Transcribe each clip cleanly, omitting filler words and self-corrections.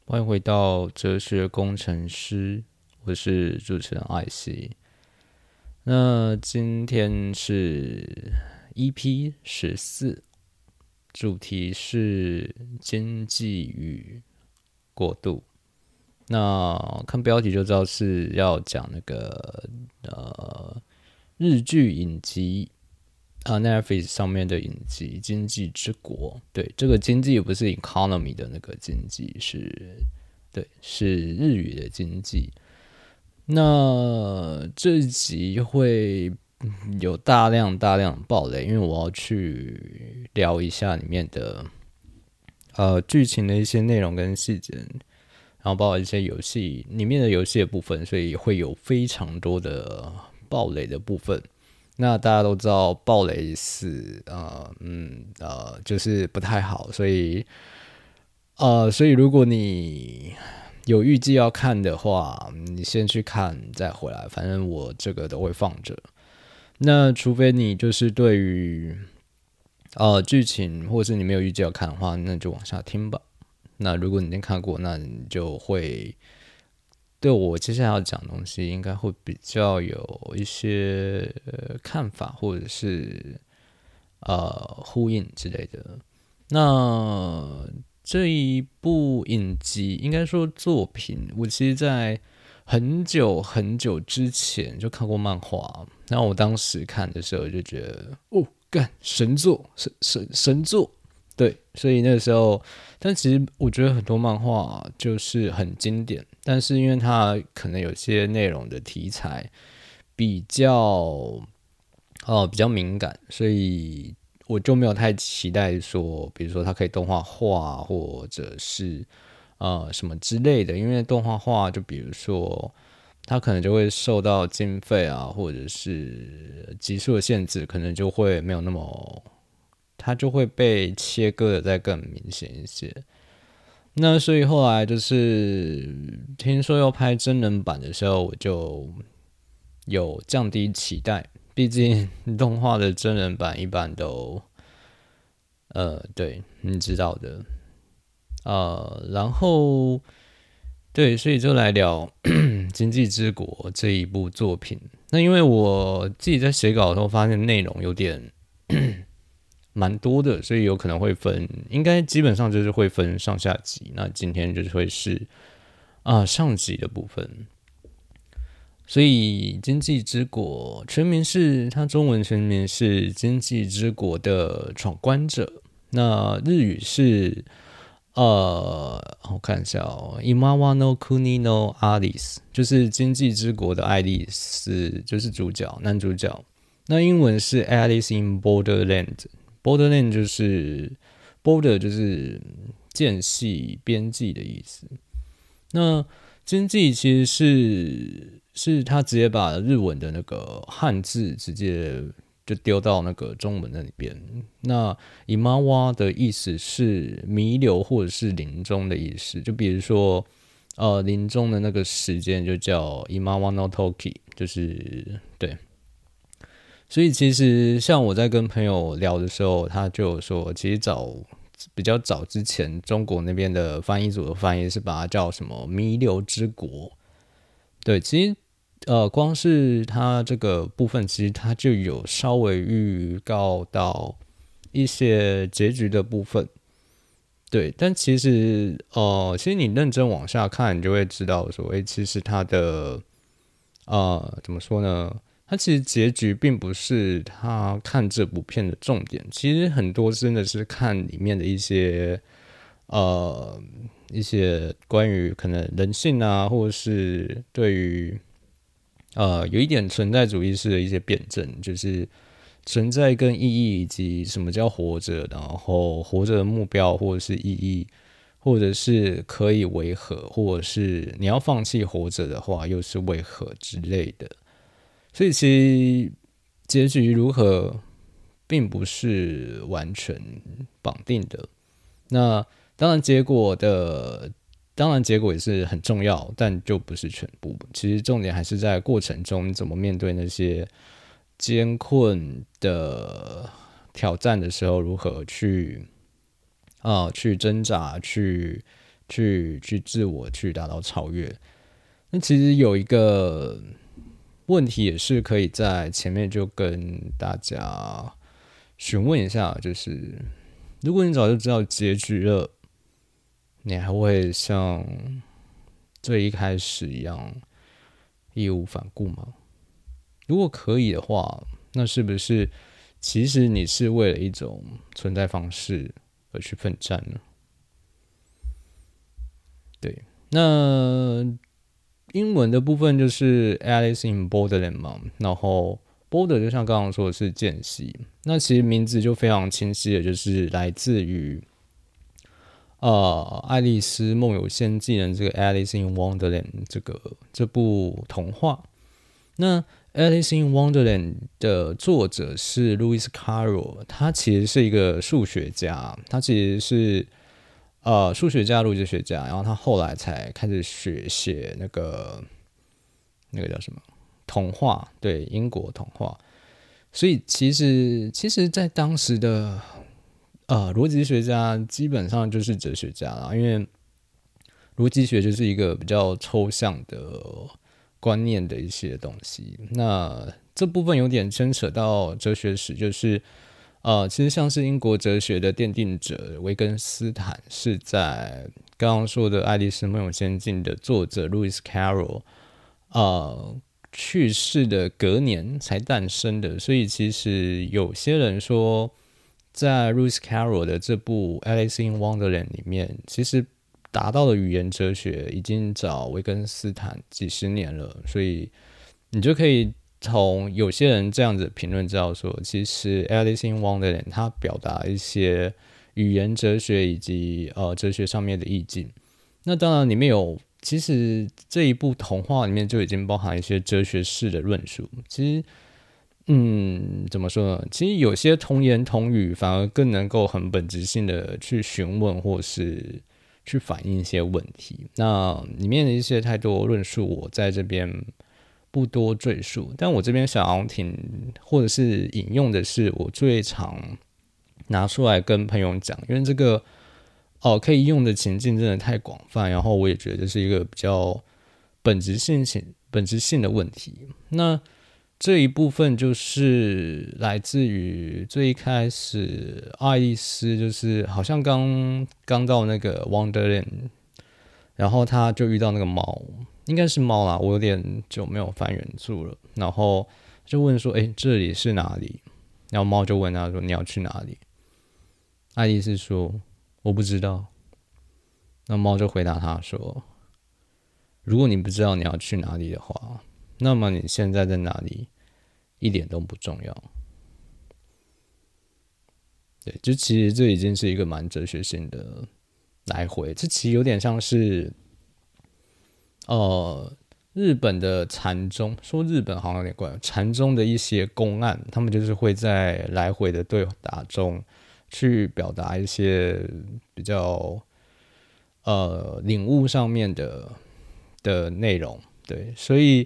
欢迎回到哲学工程师，我是主持人艾希。那今天是 EP14，主题是经济与国度。那看标题就知道是要讲那个日剧影集Netflix 上面的影集《经济之国》。对，这个经济不是 economy 的那个经济，是日语的经济。那这一集会有大量的爆雷，因为我要去聊一下里面的剧情的一些内容跟细节，然后包括一些游戏里面的游戏的部分，所以会有非常多的爆雷的部分。那大家都知道爆雷是就是不太好，所以如果你有预计要看的话，你先去看再回来，反正我这个都会放着。那除非你就是对于剧情或者是你没有预计要看的话，那就往下听吧。那如果你已经看过，那你就会对我接下来要讲的东西应该会比较有一些看法，或者是呼应之类的。那这一部影集应该说作品，我其实在很久之前就看过漫画，然后我当时看的时候就觉得干神作，神作。对，所以那个时候，但其实我觉得很多漫画就是很经典，但是因为它可能有些内容的题材比较比较敏感，所以我就没有太期待说，比如说它可以动画化或者是什么之类的，因为动画化就比如说它可能就会受到经费啊或者是集数的限制，可能就会没有那么。它就会被切割的再更明显一些。那所以后来就是听说要拍真人版的时候，我就有降低期待，毕竟动画的真人版一般都对，你知道的。然后对，所以就来聊《经济之国》这一部作品。那因为我自己在写稿的时候发现内容有点蛮多的，所以有可能会分，应该基本上就是会分上下集。那今天就是会是上集的部分。所以《经济之国》全名是它中文全名是《经济之国的闯关者》，那日语是我看一下Imawa no Kuni no Alice， 就是经济之国的爱丽丝，就是男主角。那英文是 Alice in Borderland，Borderland 就是 border 就是间隙、边际的意思。那经济其实是他直接把日文的那个汉字直接就丢到那个中文那里边。那伊玛哇的意思是弥留或者是临终的意思，就比如说临终的那个时间就叫伊玛哇 no toki， 就是对。所以其实像我在跟朋友聊的时候，他就有说，其实比较早之前，中国那边的翻译组的翻译是把它叫什么弥留之国。对，其实光是它这个部分，其实它就有稍微预告到一些结局的部分。对，但其实你认真往下看，你就会知道说，其实它的怎么说呢？它其实结局并不是他看这部片的重点，其实很多真的是看里面的一些关于可能人性啊，或者是对于有一点存在主义式的一些辩证，就是存在跟意义以及什么叫活着，然后活着的目标或者是意义，或者是可以为何，或者是你要放弃活着的话又是为何之类的。所以其实结局如何并不是完全绑定的。那当然结果也是很重要，但就不是全部。其实重点还是在过程中你怎么面对那些艰困的挑战的时候，如何去挣扎，去去自我去达到超越。那其实有一个问题也是可以在前面就跟大家询问一下，就是如果你早就知道结局了，你还会像最一开始一样义无反顾吗？如果可以的话，那是不是其实你是为了一种存在方式而去奋战呢？对，那英文的部分就是 Alice in Borderland 嘛，然后 Border 就像刚刚说的是间隙，那其实名字就非常清晰的，就是来自于爱丽丝梦游仙境的这个 Alice in Wonderland 这部童话。那 Alice in Wonderland 的作者是 Lewis Carroll， 他其实是一个数学家，他其实是数学家、逻辑学家，然后他后来才开始写那个叫什么童话，对，英国童话。所以其实，在当时的逻辑学家基本上就是哲学家啦，因为逻辑学就是一个比较抽象的观念的一些东西。那这部分有点牵扯到哲学史，就是其实像是英国哲学的奠定者维根斯坦是在刚刚说的《爱丽丝梦游仙境》的作者 Lewis Carroll 去世的隔年才诞生的，所以其实有些人说，在 Lewis Carroll 的这部《Alice in Wonderland》里面，其实达到的语言哲学已经早维根斯坦几十年了，所以你就可以从有些人这样子评论知道说，其实 Alice in Wonderland 它表达一些语言哲学以及哲学上面的意境。那当然里面有，其实这一部童话里面就已经包含一些哲学式的论述。其实怎么说呢？其实有些童言童语反而更能够很本质性的去询问或是去反映一些问题。那里面的一些太多论述，我在这边不多赘述。但我这边想要或者是引用的是我最常拿出来跟朋友讲，因为这个可以用的情境真的太广泛，然后我也觉得这是一个比较本质性的问题。那这一部分就是来自于最一开始，爱丽丝就是好像刚到那个 Wonderland， 然后他就遇到那个猫，应该是猫啦，我有点久没有翻原著了。然后就问说：“这里是哪里？”然后猫就问他说：“你要去哪里？”爱丽丝说：“我不知道。”那猫就回答他说：“如果你不知道你要去哪里的话，那么你现在在哪里一点都不重要。”对，就其实这已经是一个蛮哲学性的来回，这其实有点像是日本的禅宗，说日本好像有点怪，禅宗的一些公案，他们就是会在来回的对答中去表达一些比较领悟上面的内容。对，所以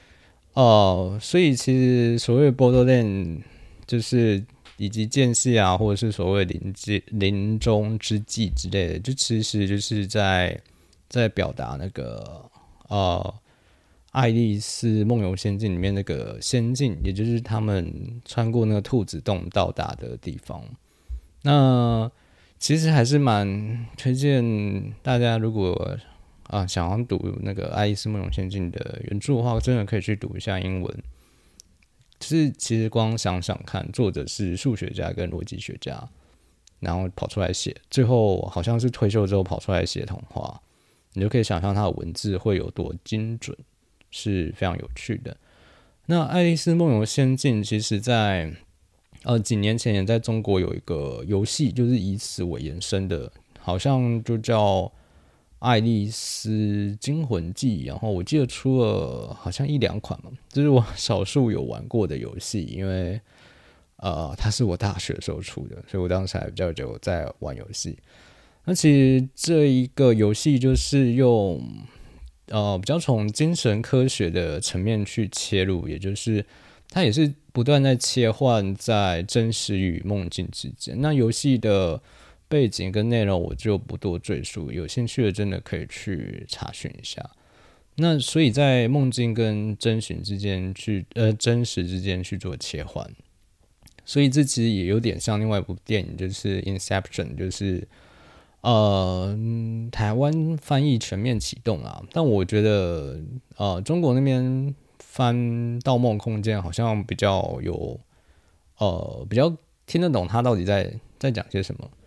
其实所谓 Borderland 就是以及间隙啊，或者是所谓临终之际之类的，就其实就是在表达那个爱丽丝梦游仙境里面那个仙境，也就是他们穿过那个兔子洞到达的地方。那其实还是蛮推荐大家，如果想要读那个《爱丽丝梦游仙境》的原著的话，真的可以去读一下英文。就是其实光想想看，作者是数学家跟逻辑学家，然后跑出来写，最后好像是退休之后跑出来写童话，你就可以想象他的文字会有多精准，是非常有趣的。那《爱丽丝梦游仙境》其实在几年前也在中国有一个游戏，就是以此为延伸的，好像就叫爱丽丝惊魂记，然后我记得出了好像1-2款嘛，这是我少数有玩过的游戏，因为它是我大学的时候出的，所以我当时还比较久在玩游戏。那其实这一个游戏就是用比较从精神科学的层面去切入，也就是它也是不断在切换在真实与梦境之间。那游戏的背景跟内容我就不多赘述，有兴趣的真的可以去查询一下。那所以在梦境跟真实之间去做切换，所以这其实也有点像另外一部电影，就是《Inception》，就是台湾翻译全面启动啊，但我觉得中国那边翻《盗梦空间》好像比较有比较听得懂他到底在讲些什么。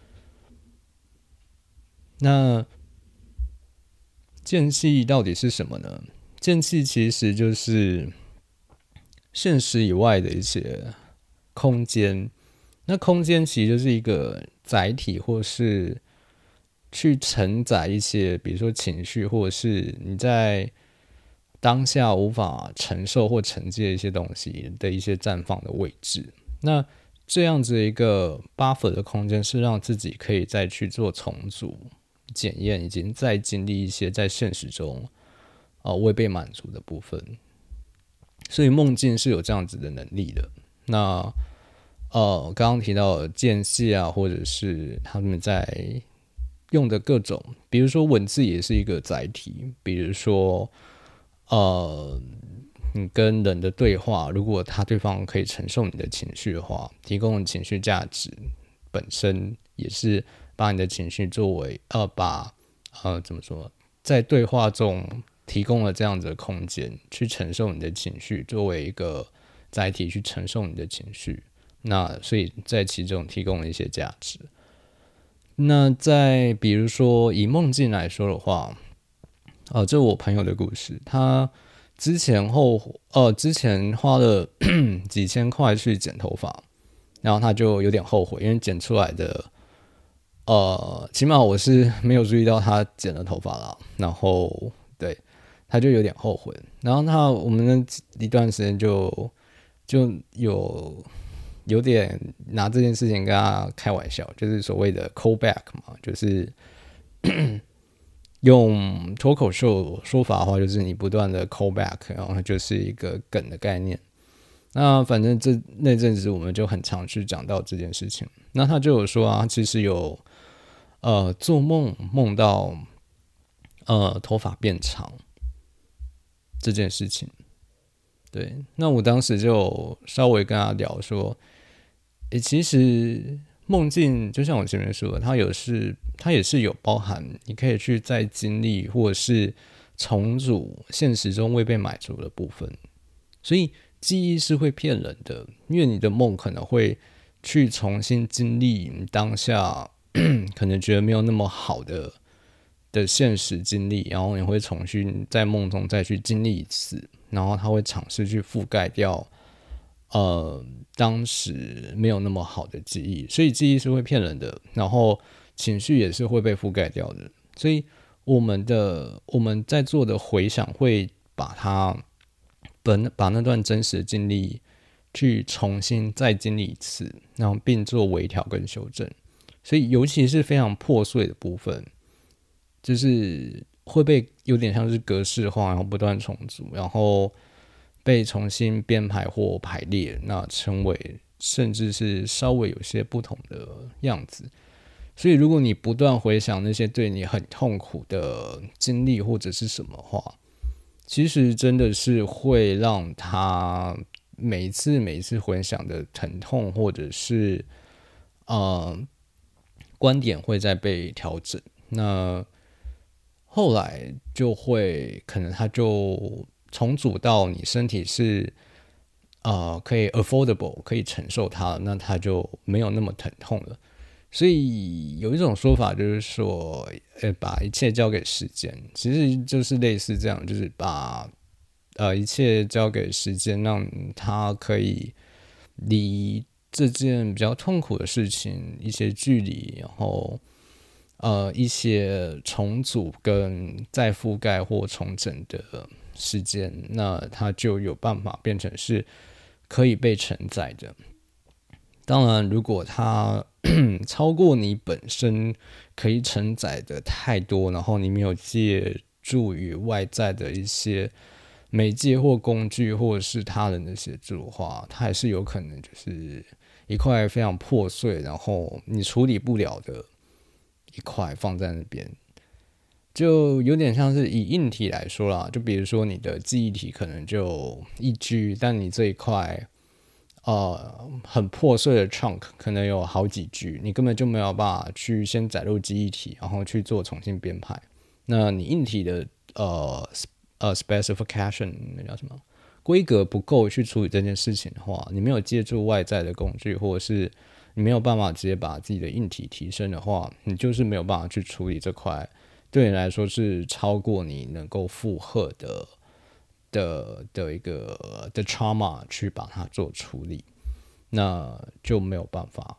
那间隙到底是什么呢？间隙其实就是现实以外的一些空间。那空间其实就是一个载体，或是去承载一些，比如说情绪，或者是你在当下无法承受或承接一些东西的一些绽放的位置。那这样子一个 buffer 的空间，是让自己可以再去做重组、检验，以及再经历一些在现实中未被满足的部分。所以梦境是有这样子的能力的。那刚刚提到的间隙啊，或者是他们在用的各种，比如说文字也是一个载体，比如说你跟人的对话，如果对方可以承受你的情绪的话，提供的情绪价值本身也是把你的情绪作为怎么说，在对话中提供了这样子的空间去承受你的情绪，作为一个载体去承受你的情绪。那所以在其中提供了一些价值。那在比如说以梦境来说的话，这是我朋友的故事，他之前花了几千块去剪头发，然后他就有点后悔，因为剪出来的起码我是没有注意到他剪了头发啦，然后对，他就有点后悔，然后我们那一段时间就有点拿这件事情跟他开玩笑，就是所谓的 callback 嘛，就是用脱口秀说法的话，就是你不断的 callback， 然后就是一个梗的概念。那反正那阵子我们就很常去讲到这件事情。那他就有说啊，其实有做梦到头发变长这件事情。对，那我当时就稍微跟他聊说，其实梦境就像我前面说的，它也是有包含你可以去再经历或者是重组现实中未被满足的部分。所以记忆是会骗人的，因为你的梦可能会去重新经历你当下可能觉得没有那么好的现实经历，然后你会重新在梦中再去经历一次，然后他会尝试去覆盖掉当时没有那么好的记忆，所以记忆是会骗人的，然后情绪也是会被覆盖掉的。所以我们在做的回想会把那段真实的经历去重新再经历一次，然后并做微调跟修正。所以尤其是非常破碎的部分，就是会被有点像是格式化，然后不断重组，然后被重新编排或排列，那成为甚至是稍微有些不同的样子。所以如果你不断回想那些对你很痛苦的经历或者是什么话，其实真的是会让他每一次回想的疼痛，或者是观点会再被调整。那后来就会可能他就重组到你身体是可以 affordable 可以承受它了，那它就没有那么疼痛了。所以有一种说法就是说，把一切交给时间，其实就是类似这样，就是把一切交给时间，让它可以离这件比较痛苦的事情一些距离，然后一些重组跟再覆盖或重整的时间，那它就有办法变成是可以被承载的。当然，如果它超过你本身可以承载的太多，然后你没有借助于外在的一些媒介或工具，或者是他人的协助的话，它还是有可能就是一块非常破碎，然后你处理不了的一块放在那边，就有点像是以硬体来说啦，就比如说你的记忆体可能就1G，但你这一块很破碎的 chunk 可能有好几 G， 你根本就没有办法去先载入记忆体，然后去做重新编排。那你硬体的specification 那叫什么规格不够去处理这件事情的话，你没有借助外在的工具，或者是你没有办法直接把自己的硬体提升的话，你就是没有办法去处理这块对你来说是超过你能够负荷的一个的 trauma 去把它做处理，那就没有办法。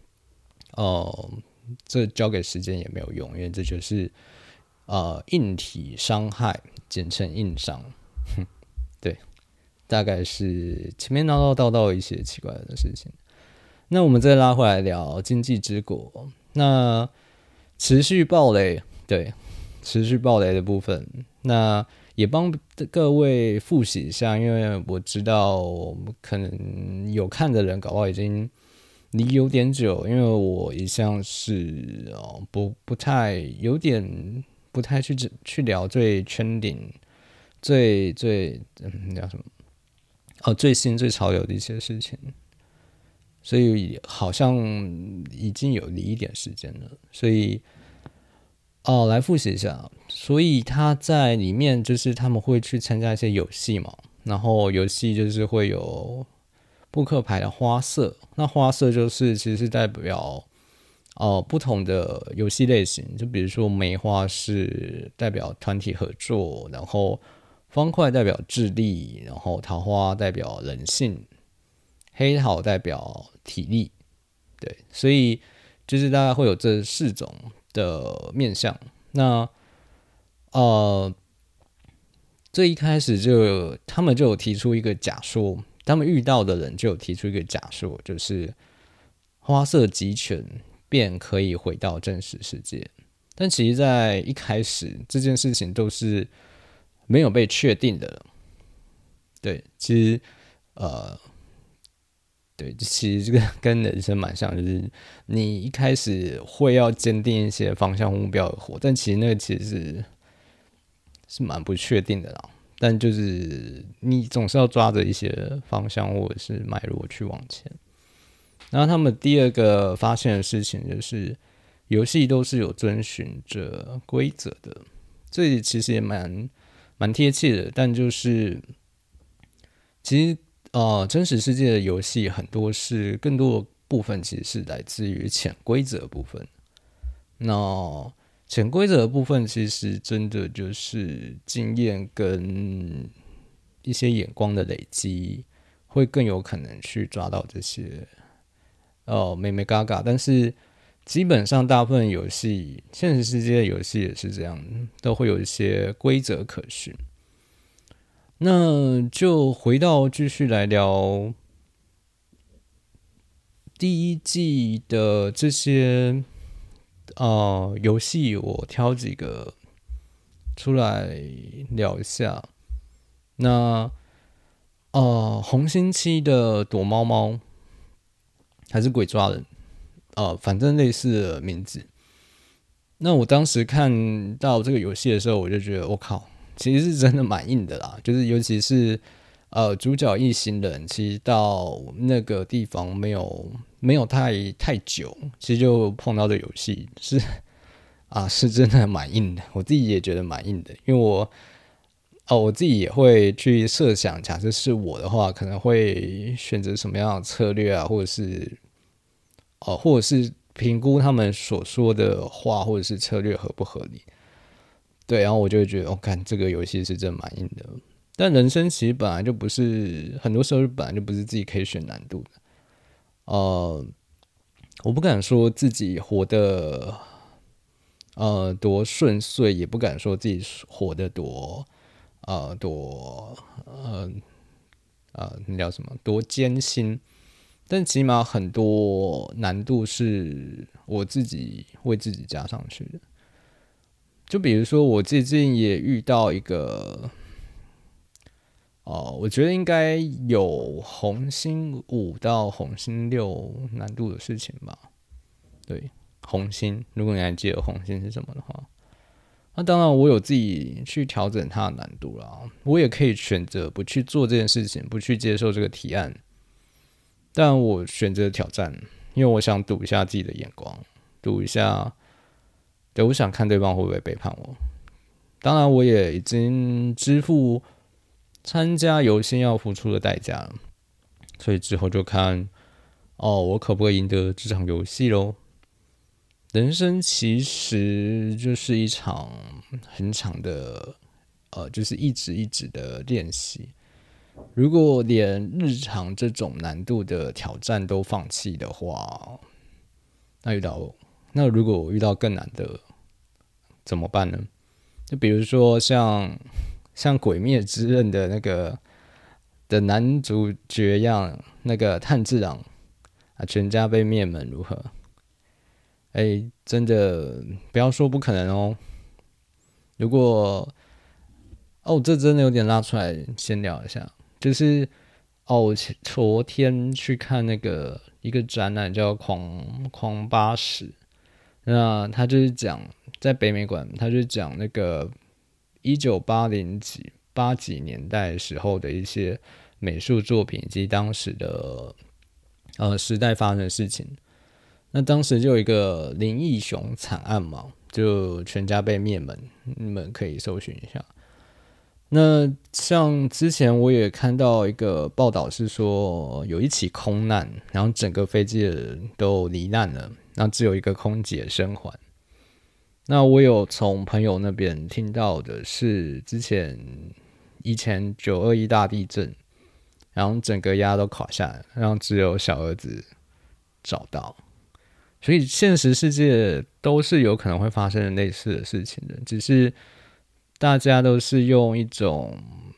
这交给时间也没有用，因为这就是硬体伤害，简称硬伤。对，大概是前面唠叨叨一些奇怪的事情。那我们再拉回来聊经济之国，那持续暴雷，对，持续暴雷的部分，那也帮各位复习一下，因为我知道可能有看的人搞不好已经离有点久，因为我一向是不太有点不太去聊最trending最叫什么最新最潮流的一些事情，所以好像已经有离一点时间了，所以来复习一下。所以他在里面就是他们会去参加一些游戏嘛，然后游戏就是会有扑克牌的花色，那花色就是其实是代表不同的游戏类型，就比如说梅花是代表团体合作，然后方块代表智力，然后桃花代表人性，黑桃代表体力，对，所以就是大概会有这4种的面向。那最一开始他们就有提出一个假说，他们遇到的人就有提出一个假说，就是花色集权便可以回到真实世界。但其实在一开始这件事情都是没有被确定的。对，其实对，其实这个跟人生蛮像，就是你一开始会要坚定一些方向目标而活，但其实那个其实是蛮不确定的啦。但就是你总是要抓着一些方向或者是脉络去往前。然后他们第二个发现的事情就是，游戏都是有遵循着规则的，这其实也蛮贴切的。但就是其实真实世界的游戏很多是更多的部分其实是来自于潜规则的部分。那潜规则的部分其实真的就是经验跟一些眼光的累积，会更有可能去抓到这些美美嘎嘎。但是基本上大部分游戏，现实世界的游戏也是这样，都会有一些规则可循。那就回到继续来聊第1季的这些游戏，我挑几个出来聊一下。那红星期的躲猫猫还是鬼抓人，反正类似的名字。那我当时看到这个游戏的时候，我就觉得我靠，其实是真的蛮硬的啦，就是尤其是主角一行人，其实到那个地方没有太久，其实就碰到的游戏是真的蛮硬的，我自己也觉得蛮硬的，因为我自己也会去设想，假设是我的话，可能会选择什么样的策略啊，或者是评估他们所说的话或者是策略合不合理。对，然后我就会觉得，看这个游戏是真的蛮硬的。但人生其实本来就不是，很多时候本来就不是自己可以选难度的。我不敢说自己活得多顺遂，也不敢说自己活得那叫什么多艰辛。但起码很多难度是我自己为自己加上去的。就比如说，我最近也遇到一个，我觉得应该有红星5到红星6难度的事情吧。对， 红心，如果你还记得红心是什么的话，那当然我有自己去调整它的难度啦。我也可以选择不去做这件事情，不去接受这个提案，但我选择挑战，因为我想赌一下自己的眼光，赌一下，对，我想看对方会不会背叛我。当然，我也已经支付参加游戏要付出的代价了，所以之后就看我可不可以赢得这场游戏咯。人生其实就是一场很长的，就是一直一直的练习。如果连日常这种难度的挑战都放弃的话，那如果我遇到更难的怎么办呢？就比如说像《鬼灭之刃》的那个的男主角一样，那个炭治郎啊，全家被灭门如何？真的不要说不可能哦。如果这真的有点拉出来先聊一下，就是我昨天去看那个一个展览叫狂80，那他就是讲在北美馆，他就讲那个1980几年代时候的一些美术作品以及当时的时代发生的事情。那当时就有一个林义雄惨案嘛，就全家被灭门，你们可以搜寻一下。那像之前我也看到一个报道是说，有一起空难，然后整个飞机的人都罹难了，那只有一个空姐生还。那我有从朋友那边听到的是，以前921大地震，然后整个鸭都垮下来，然后只有小儿子找到。所以现实世界都是有可能会发生类似的事情的，只是大家都是用一种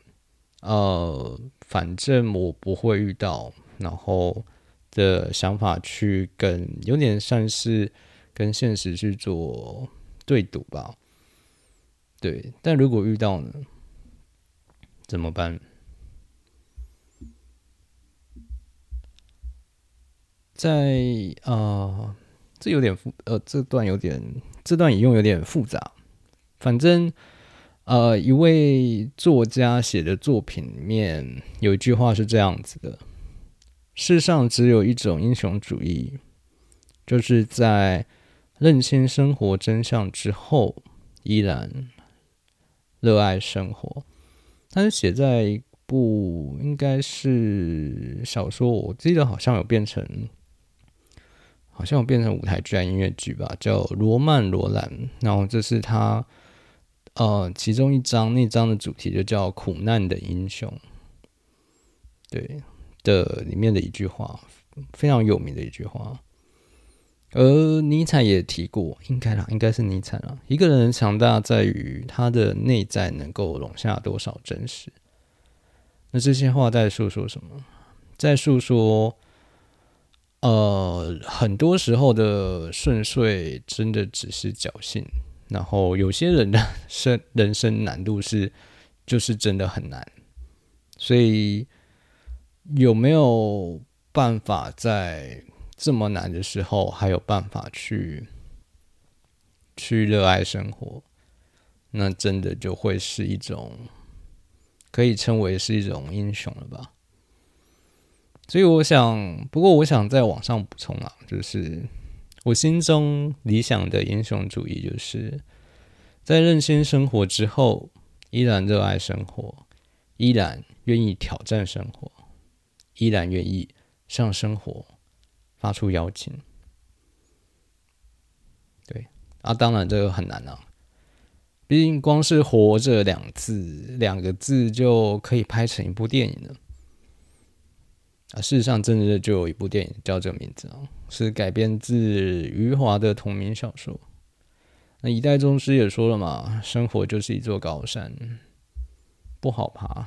反正我不会遇到，然后的想法去有点像是跟现实去做对赌吧。对，但如果遇到呢，怎么办？这有点这段引用有点复杂。反正一位作家写的作品里面有一句话是这样子的：世上只有一种英雄主义，就是在认清生活真相之后，依然热爱生活。它是写在一部应该是小说，我记得好像有变成舞台剧、音乐剧吧，叫《罗曼·罗兰》。然后这是他其中一章，那章的主题就叫“苦难的英雄”。对的，里面的一句话非常有名的一句话。而尼采也提过，应该是尼采啦。一个人的强大在于他的内在能够容下多少真实。那这些话在诉说什么？在诉说，很多时候的顺遂真的只是侥幸，然后有些人的人生难度就是真的很难，所以有没有办法在这么难的时候还有办法去热爱生活，那真的就会是一种可以称为是一种英雄了吧。所以我想在网上补充啊，就是我心中理想的英雄主义，就是在认清生活之后，依然热爱生活，依然愿意挑战生活，依然愿意向生活发出邀请。对啊，当然这个很难啊，毕竟光是活着两个字就可以拍成一部电影了。事实上真的就有一部电影叫这个名字啊，是改编自余华的同名小说。那一代宗师也说了嘛，生活就是一座高山，不好爬。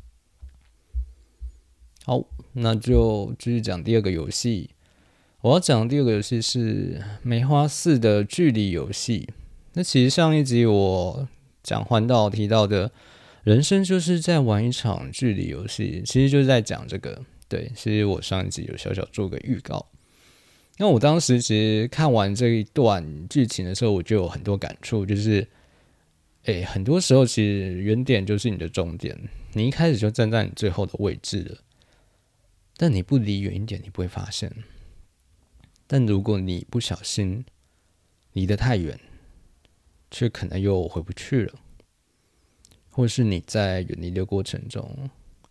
好，那就继续讲第二个游戏。我要讲的第二个游戏是梅花4的距离游戏。那其实上一集我讲环岛提到的人生就是在玩一场距离游戏，其实就是在讲这个。对，其实我上一集有小小做个预告。 那我当时其实看完这一段剧情的时候，我就有很多感触，就是很多时候其实原点就是你的终点，你一开始就站在你最后的位置了，但你不离远一点，你不会发现。但如果你不小心离得太远，却可能又回不去了，或是你在远离的过程中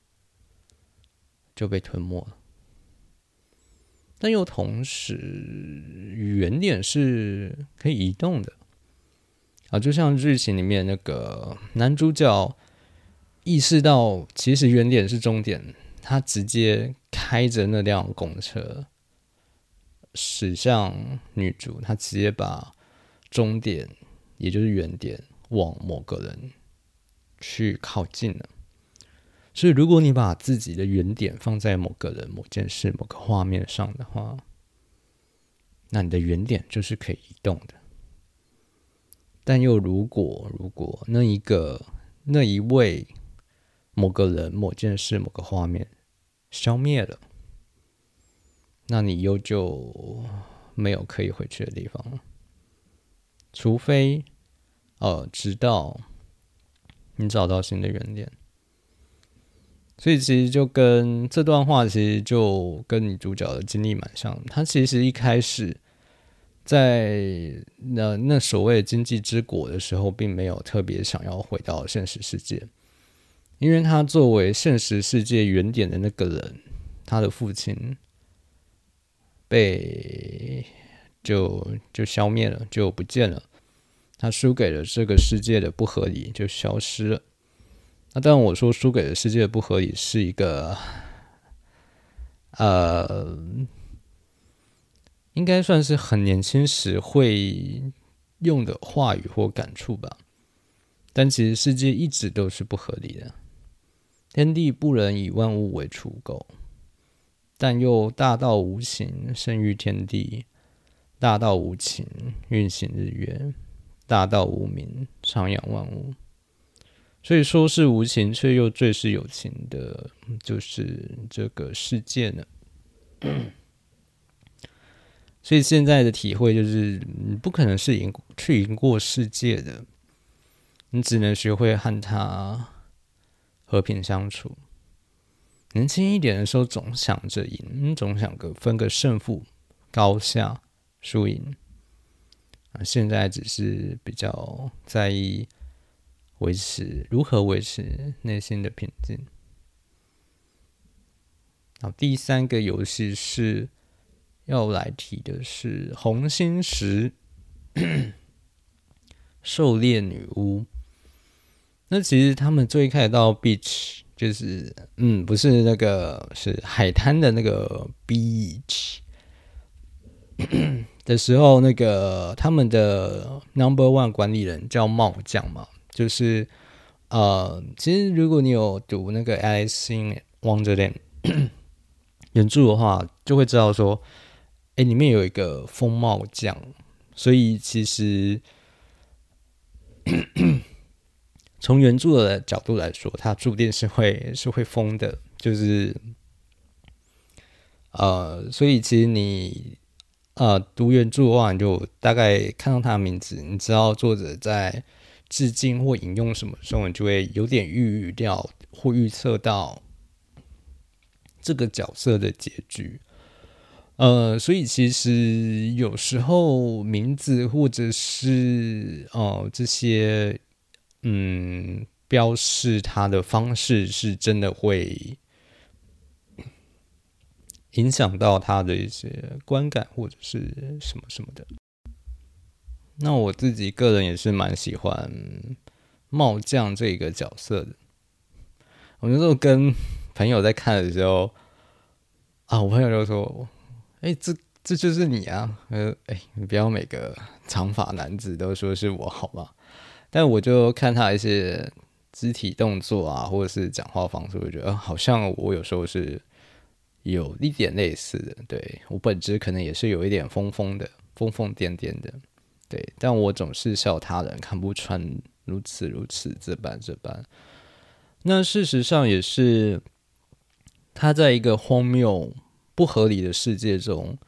就被吞没了。但又同时，原点是可以移动的啊，就像剧情里面那个男主角意识到，其实原点是终点，他直接开着那辆公车驶向女主，他直接把终点，也就是原点，往某个人去靠近了。所以，如果你把自己的原点放在某个人、某件事、某个画面上的话，那你的原点就是可以移动的。但又如果那一位某个人、某件事、某个画面消灭了，那你又就没有可以回去的地方了。除非直到你找到新的原点。所以其实就跟这段话，其实就跟女主角的经历蛮像的。她其实一开始在那所谓的经济之国的时候，并没有特别想要回到现实世界，因为她作为现实世界原点的那个人，她的父亲被就消灭了，就不见了。他输给了这个世界的不合理，就消失了。那当然，我说输给了世界的不合理是一个应该算是很年轻时会用的话语或感触吧。但其实世界一直都是不合理的，天地不能以万物为刍狗，但又大道无形，生育天地；大道无情，运行日月；大道无名，徜徉万物。所以说是无情，却又最是有情的，就是这个世界呢。所以现在的体会就是，你不可能是去赢过世界的，你只能学会和他和平相处。年轻一点的时候，总想着赢，总想分个胜负，高下输赢。现在只是比较在意如何维持内心的平静。好，第三个游戏是要来提的是红心石狩猎女巫。那其实他们最开始到 beach， 就是不是那个是海滩的那个 beach 的时候，那个他们的 No.1 管理人叫帽匠嘛，就是其实如果你有读那个 Alice in Wonderland 原著的话，就会知道说，里面有一个风帽匠，所以其实从原著的角度来说，它注定是会疯的，就是所以其实你读原著的话，你就大概看到他的名字，你知道作者在致敬或引用什么时候，你就会有点预料或预测到这个角色的结局。所以其实有时候名字或者是这些标示它的方式，是真的会影响到他的一些观感或者是什么什么的。那我自己个人也是蛮喜欢帽匠这个角色的。我那时候跟朋友在看的时候我朋友就说：“这就是你啊！”你不要每个长发男子都说是我好吗？但我就看他一些肢体动作啊，或者是讲话方式，我觉得好像我有时候是有一点类似的。对，我本质可能也是有一点疯疯的、疯疯癫癫的。对，但我总是笑他人看不穿，如此这般。那事实上也是他在一个荒谬不合理的世界中，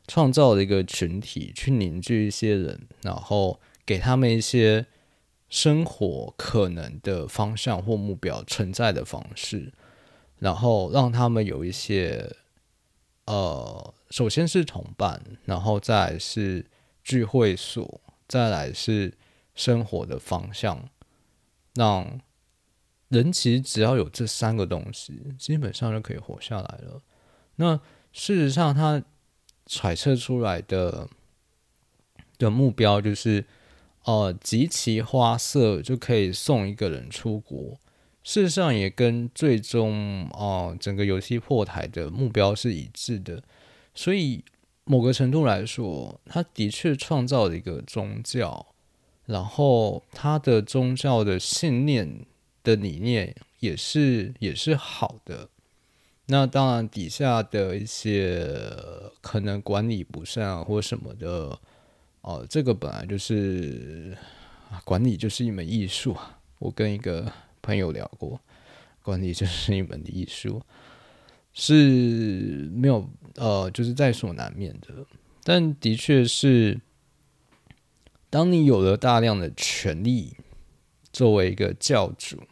创造了一个群体，去凝聚一些人，然后给他们一些生活可能的方向或目标存在的方式，然后让他们有一些首先是同伴，然后再来是聚会所，再来是生活的方向，让人其实只要有这3个东西，基本上就可以活下来了。那事实上，他揣测出来的目标就是，集齐花色就可以送一个人出国。事实上，也跟最终整个游戏破台的目标是一致的。所以，某个程度来说，他的确创造了一个宗教，然后他的宗教的信念的理念也是好的。那当然，底下的一些可能管理不善或什么的，这个本来就是管理就是一门艺术。我跟一个朋友聊过，管理就是一门艺术，是没有就是在所难免的。但的确是，当你有了大量的权力，作为一个教主，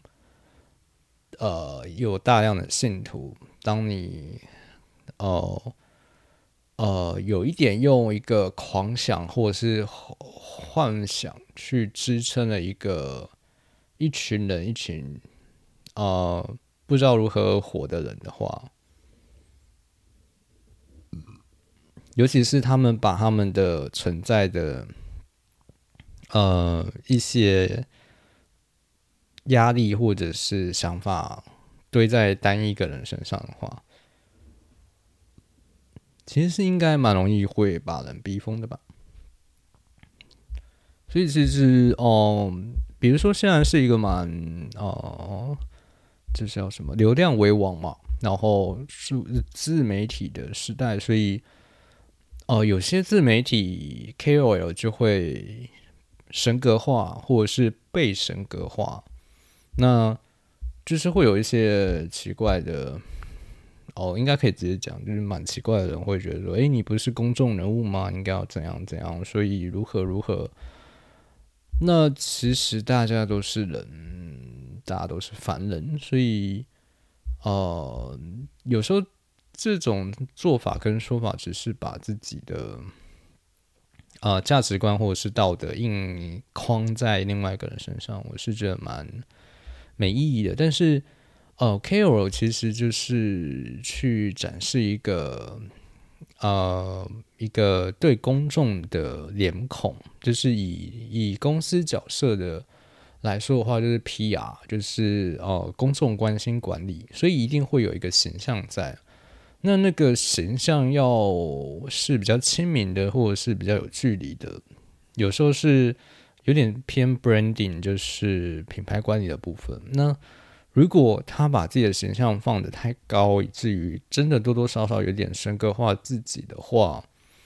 有大量的信徒，当你有一点用一个狂想或者是幻想去支撑了一群人，一群不知道如何活的人的话，尤其是他们把他们的存在的一些压力或者是想法堆在单一个人身上的话，其实是应该蛮容易会把人逼疯的吧。所以其实比如说现在是一个蛮这叫什么流量为王嘛，然后是自媒体的时代，所以有些自媒体 KOL 就会神格化或者是被神格化，那就是会有一些奇怪的应该可以直接讲，就是蛮奇怪的人会觉得说，你不是公众人物吗？应该要怎样怎样，所以如何如何。那其实大家都是人，大家都是凡人，所以有时候这种做法跟说法只是把自己的价值观或者是道德硬框在另外一个人身上，我是觉得蛮没意义的。但是KOL 其实就是去展示一个对公众的脸孔，就是以公司角色的来说的话，就是 PR， 就是公众关心管理，所以一定会有一个形象在。那个形象要是比较亲民的，或者是比较有距离的，有时候是有点偏 branding， 就是品牌管理的部分。那如果他把自己的形象放得太高，以至于真的多多少少有点神格化自己的话，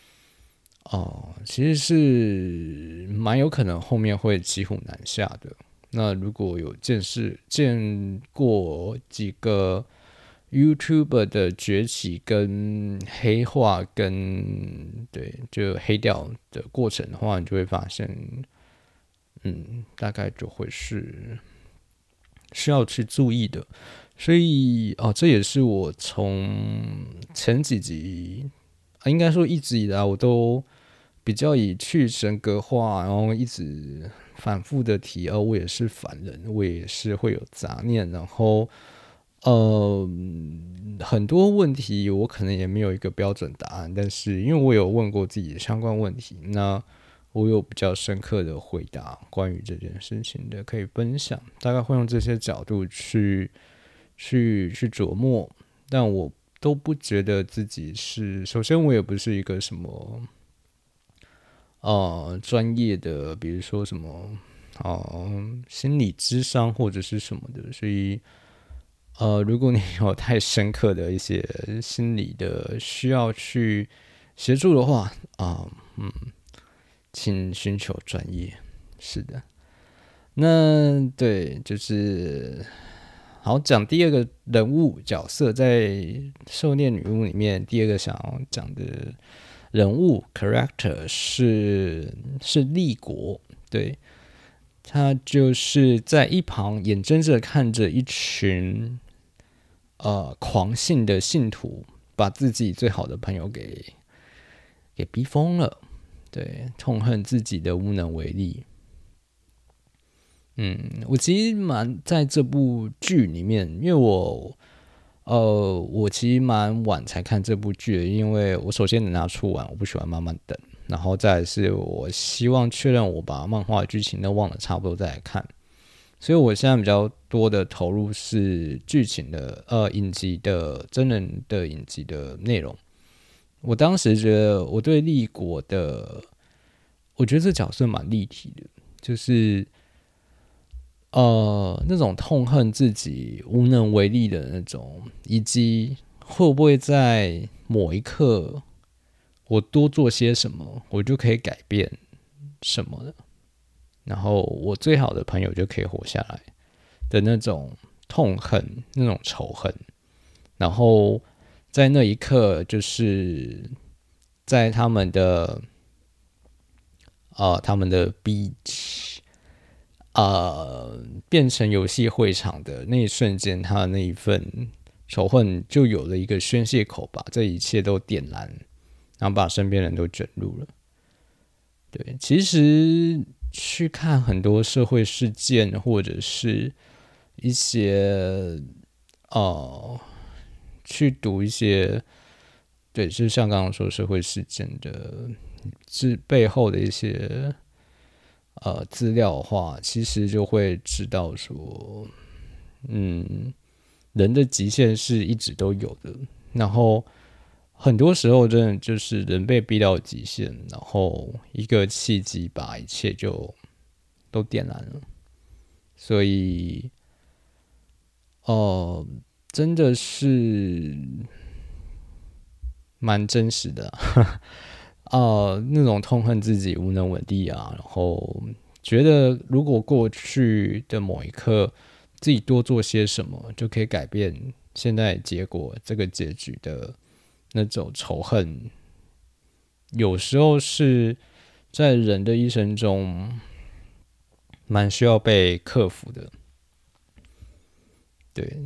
其实是蛮有可能后面会骑虎难下的。那如果有见过几个 YouTuber 的崛起跟黑化跟就黑掉的过程的话，你就会发现，大概就会是需要去注意的。所以这也是我从前几集应该说一直以来我都比较以去神格化，然后一直反复的提，我也是凡人，我也是会有杂念，然后很多问题我可能也没有一个标准答案，但是因为我有问过自己的相关问题，那我有比较深刻的回答关于这件事情的可以分享，大概会用这些角度去琢磨，但我都不觉得自己是，首先我也不是一个什么专业的，比如说什么心理諮商或者是什么的，所以如果你有太深刻的一些心理的需要去协助的话请寻求专业。是的，那对，就是好讲第二个人物角色，在狩猎女巫里面第二个想要讲的人物 character 是立国，对，他就是在一旁眼睁睁看着一群狂信的信徒把自己最好的朋友给逼疯了，对，痛恨自己的无能为力。我其实蛮在这部剧里面，因为我其实蛮晚才看这部剧的，因为我首先等它出完，我不喜欢慢慢等，然后再来是我希望确认我把漫画剧情都忘了差不多再来看，所以我现在比较多的投入是剧情的影集的真人的影集的内容。我当时觉得我对立国的，我觉得这角色蛮立体的，就是那种痛恨自己无能为力的那种，以及会不会在某一刻我多做些什么，我就可以改变什么的，然后我最好的朋友就可以活下来的那种痛恨，那种仇恨，然后在那一刻，就是在他们的beach。变成游戏会场的那一瞬间，他的那一份仇恨就有了一个宣泄口，把这一切都点燃，然后把身边人都卷入了。对，其实去看很多社会事件，或者是一些去读一些，对，就像刚刚说社会事件的，是背后的一些。资料的话，其实就会知道说，人的极限是一直都有的。然后很多时候，真的就是人被逼到极限，然后一个契机把一切就都点燃了。所以，真的是蛮真实的那种痛恨自己无能为力啊，然后觉得如果过去的某一刻自己多做些什么，就可以改变现在结果这个结局的那种仇恨，有时候是在人的一生中蛮需要被克服的。对，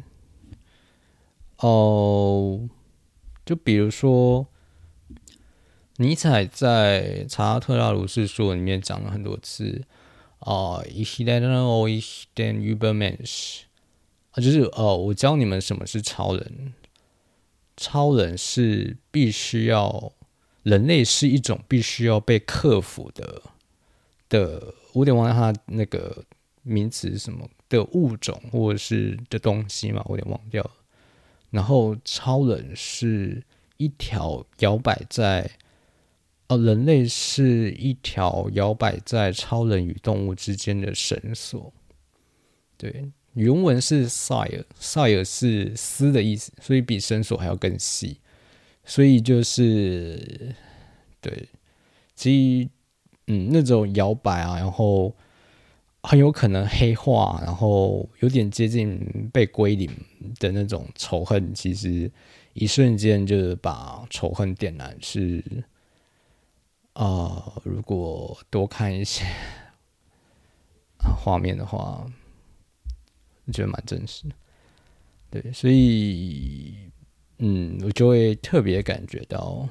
就比如说。尼采在《查拉特拉如是说》里面讲了很多次Ich lerne euch den Übermensch 就是我教你们什么是超人。超人是必须要，人类是一种必须要被克服的，我有点忘了他那个名词是什么的物种或者是的东西嘛，我有点忘掉了。然后超人是一条摇摆在。人类是一条摇摆在超人与动物之间的绳索。对，原文是 sire 是丝的意思，所以比绳索还要更细。所以就是对，其实那种摇摆啊，然后很有可能黑化，然后有点接近被归零的那种仇恨，其实一瞬间就是把仇恨点燃是。如果多看一些画面的话，我觉得蛮真实的。对，所以我就会特别感觉到，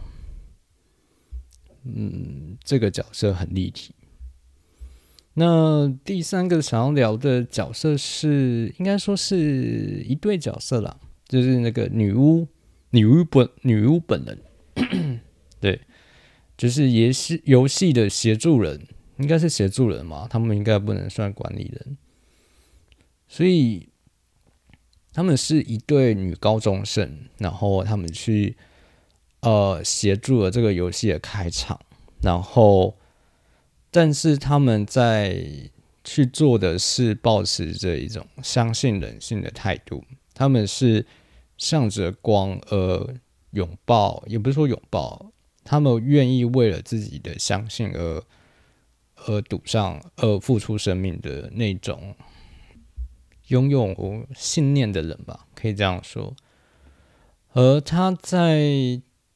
这个角色很立体。那第三个想要聊的角色是，应该说是一对角色啦，就是那个女巫本人，对。就是游戏的协助人，应该是协助人嘛，他们应该不能算管理人，所以他们是一对女高中生，然后他们去协助了这个游戏的开场，然后但是他们在去做的是抱持着一种相信人性的态度，他们是向着光而拥抱，也不是说拥抱。他们愿意为了自己的相信而赌上，付出生命的那种拥有信念的人吧，可以这样说。而他在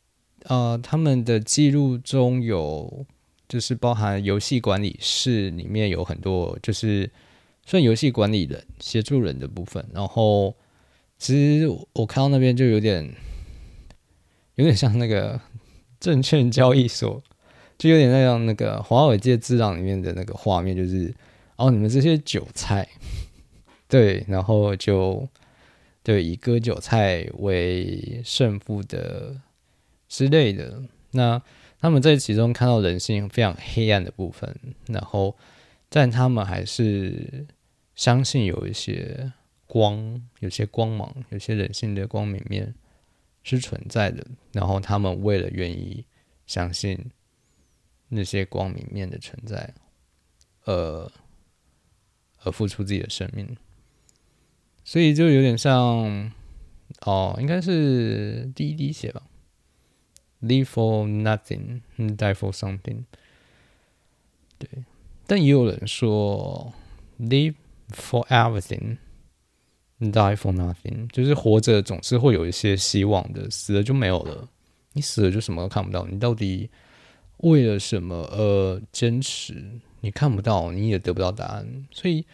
他们的记录中有就是包含游戏管理室里面有很多就是算游戏管理人协助人的部分，然后其实我看到那边就有点像那个证券交易所，就有点像那个华尔街之狼里面的那个画面，就是你们这些韭菜，对，然后就对以割韭菜为胜负的之类的。那他们在其中看到人性非常黑暗的部分，然后但他们还是相信有一些光，有些光芒，有些人性的光明面是存在的。然后他们为了愿意相信那些光明面的存在，而付出自己的生命。所以就有点像应该是第一滴血吧。Live for nothing, die for something。对，但也有人说 Live for everything, die for nothing， 就是活着总是会有一些希望的，死了就没有了。你死了就什么都看不到，你到底为了什么而坚持？你看不到，你也得不到答案。所以，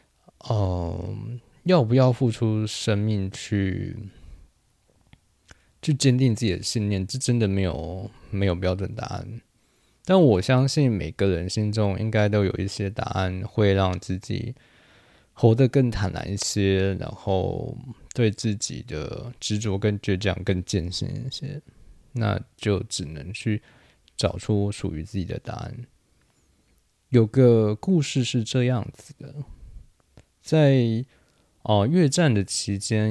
要不要付出生命去坚定自己的信念，这真的没有标准答案。但我相信每个人心中应该都有一些答案，会让自己活得更坦然一些，然后对自己的执着跟倔强更坚信一些。那就只能去找出属于自己的答案。有个故事是这样子的，在越战的期间，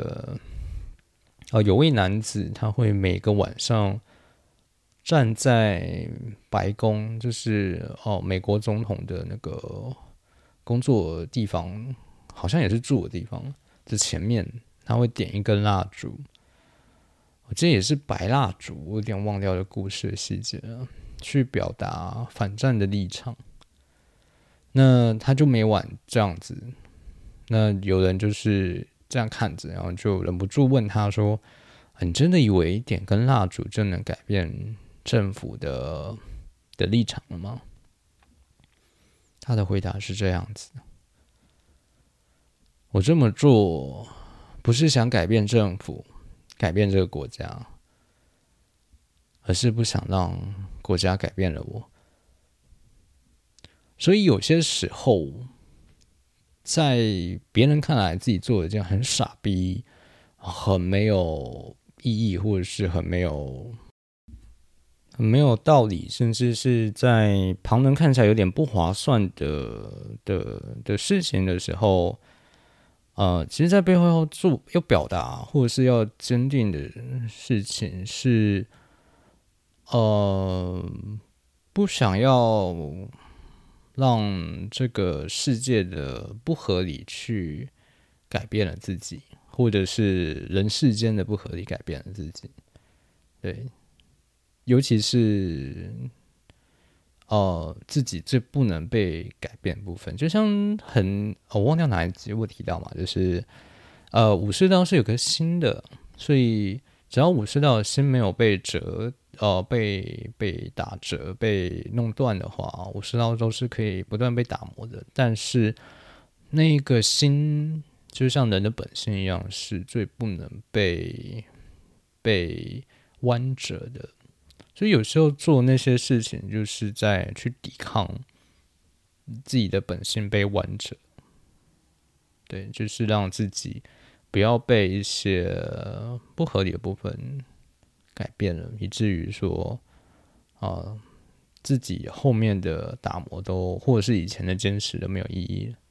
有位男子，他会每个晚上站在白宫，就是美国总统的那个工作地方，好像也是住的地方，这前面他会点一根蜡烛，这也是白蜡烛，我有点忘掉了故事的细节了，去表达反战的立场。那他就每晚这样子，那有人就是这样看着，然后就忍不住问他说：“你真的以为点根蜡烛就能改变政府的立场了吗？”他的回答是这样子：“我这么做不是想改变政府，改变这个国家，而是不想让国家改变了我。所以有些时候，在别人看来自己做了一件很傻逼、很没有意义，或者是很没有道理，甚至是在旁人看起来有点不划算的事情的时候，其实在背后要表达或者是要坚定的事情是，不想要让这个世界的不合理去改变了自己，或者是人世间的不合理改变了自己。对，尤其是自己最不能被改变的部分，就像我忘掉哪一集我提到嘛，就是武士道是有个心的，所以只要武士道的心没有被被打折、被弄断的话，武士道都是可以不断被打磨的。但是那个心，就像人的本性一样，是最不能被弯折的。所以有时候做那些事情，就是在去抵抗自己的本性被弯折。对，就是让自己不要被一些不合理的部分改变了，以至于说自己后面的打磨都，或者是以前的坚持都没有意义了。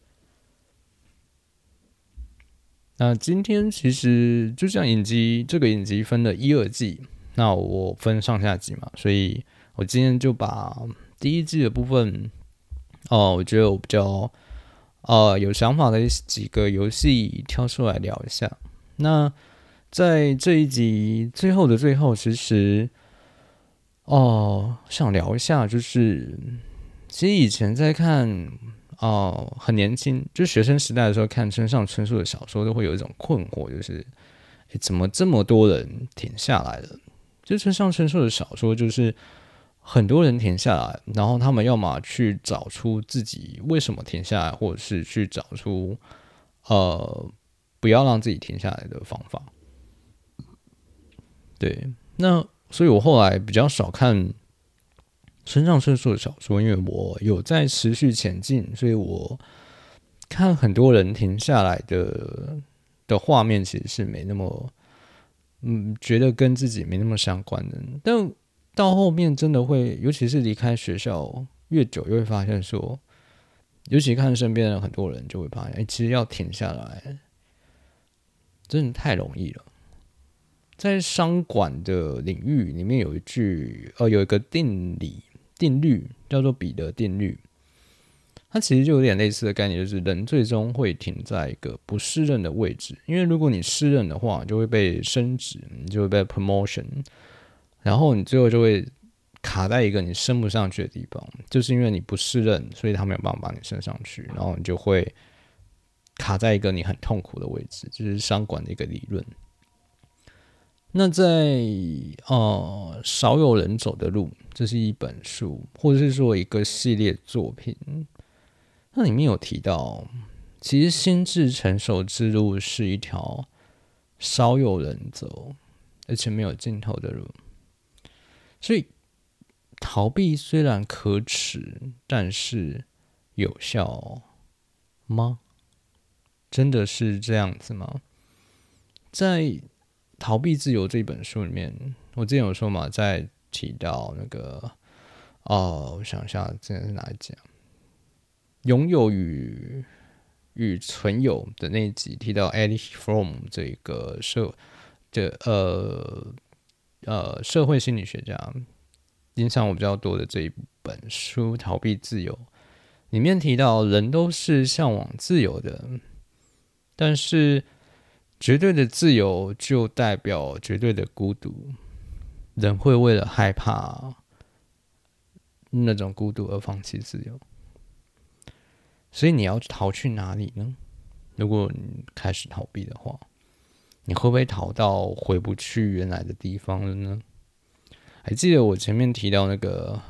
那今天其实就像这个影集分了1、2季，那我分上下集嘛，所以我今天就把第1季的部分，我觉得我比较有想法的几个游戏挑出来聊一下。那在这一集最后的最后，其实想聊一下，就是其实以前在看很年轻，就是学生时代的时候看村上春树的小说，都会有一种困惑，就是怎么这么多人停下来了， 就村上春树的小说，就是很多人停下来，然后他们要么去找出自己为什么停下来，或者是去找出不要让自己停下来的方法。对，那所以我后来比较少看村上春树的小说，因为我有在持续前进，所以我看很多人停下来的画面，其实是没那么觉得跟自己没那么相关的。但到后面真的会，尤其是离开学校越久，又会发现说，尤其看身边的很多人，就会发现，其实要停下来，真的太容易了。在商管的领域里面有有一个定律叫做彼得定律，它其实就有点类似的概念，就是人最终会停在一个不适任的位置，因为如果你适任的话，就会被升职，你就会被 promotion， 然后你最后就会卡在一个你升不上去的地方，就是因为你不适任，所以他没有办法把你升上去，然后你就会卡在一个你很痛苦的位置，这是商管的一个理论。那在少有人走的路，这是一本书，或者是说一个系列作品。那里面有提到，其实心智成熟之路是一条少有人走，而且没有尽头的路。所以逃避虽然可耻，但是有效吗？真的是这样子吗？在逃避自由这本书里面，我之前有说嘛，在提到那个我想一下，这是哪一集啊？拥有与存有的那一集提到 Erich Fromm 这个社会心理学家影响我比较多的这一本书《逃避自由》里面提到，人都是向往自由的，但是绝对的自由就代表绝对的孤独，人会为了害怕那种孤独而放弃自由。所以你要逃去哪里呢？如果你开始逃避的话，你会不会逃到回不去原来的地方了呢？还记得我前面提到那个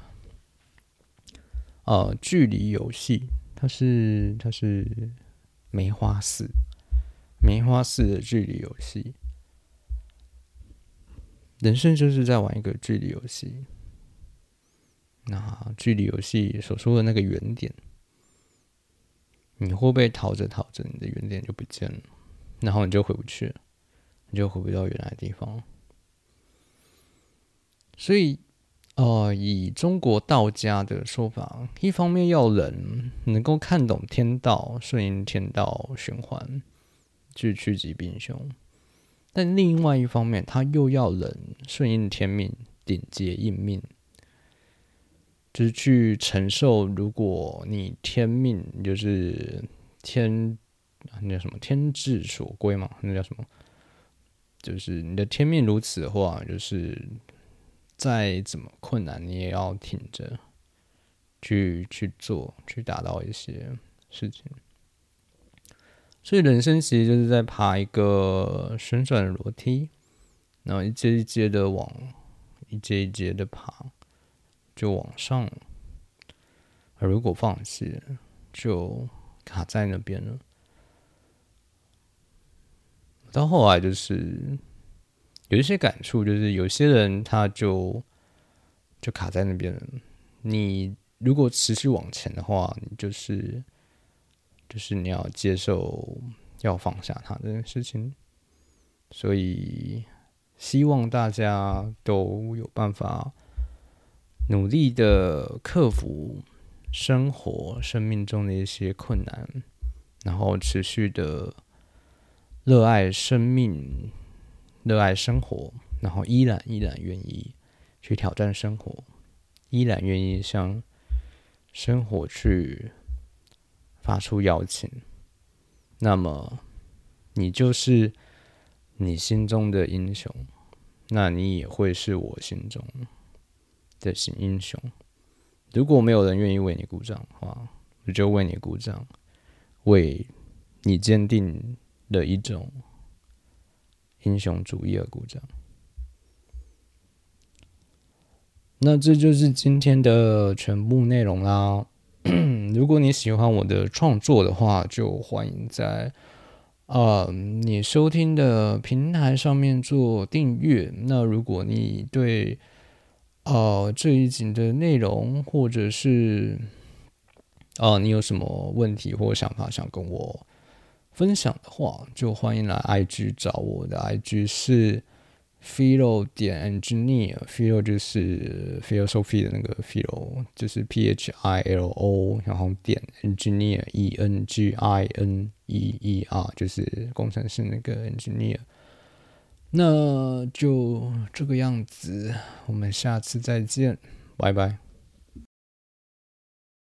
距离游戏，它是梅花寺的距离游戏。人生就是在玩一个距离游戏。那距离游戏所说的那个原点，你会不会逃着逃着，你的原点就不见了，然后你就回不去了，你就回不到原来的地方。所以，以中国道家的说法，一方面要人能够看懂天道，顺应天道循环，去趋吉避凶；但另外一方面，他又要人顺应天命，顶劫应命，就是去承受，如果你天命就是那叫什么天志所归嘛，那叫什么？就是你的天命如此的话，就是再怎么困难，你也要挺着去做，去达到一些事情。所以人生其实就是在爬一个旋转的楼梯，然后一阶一阶的一阶的爬，就往上。而如果放弃了，就卡在那边了。到后来就是有一些感触，就是有些人他就卡在那边了。你如果持续往前的话，你就是你要接受要放下他这件事情。所以希望大家都有办法努力的克服生命中的一些困难，然后持续的热爱生命，热爱生活，然后依然愿意去挑战生活，依然愿意向生活去发出邀请。那么你就是你心中的英雄，那你也会是我心中的新英雄。如果没有人愿意为你鼓掌的话，我就为你鼓掌，为你坚定的一种英雄主义而鼓掌。 那这就是今天的全部内容啦。如果你喜欢我的创作的话，就欢迎在你收听的平台上面做订阅。那如果你对这一集的内容，或者是你有什么问题或想法想跟我分享的话，就欢迎来 IG 找我的 IG 是 philo 点 engineer，philo 就是 philosophy 的那个 philo，就是 philo，然后点 engineer engineer 就是工程师那个 engineer。那就这个样子，我们下次再见，拜拜。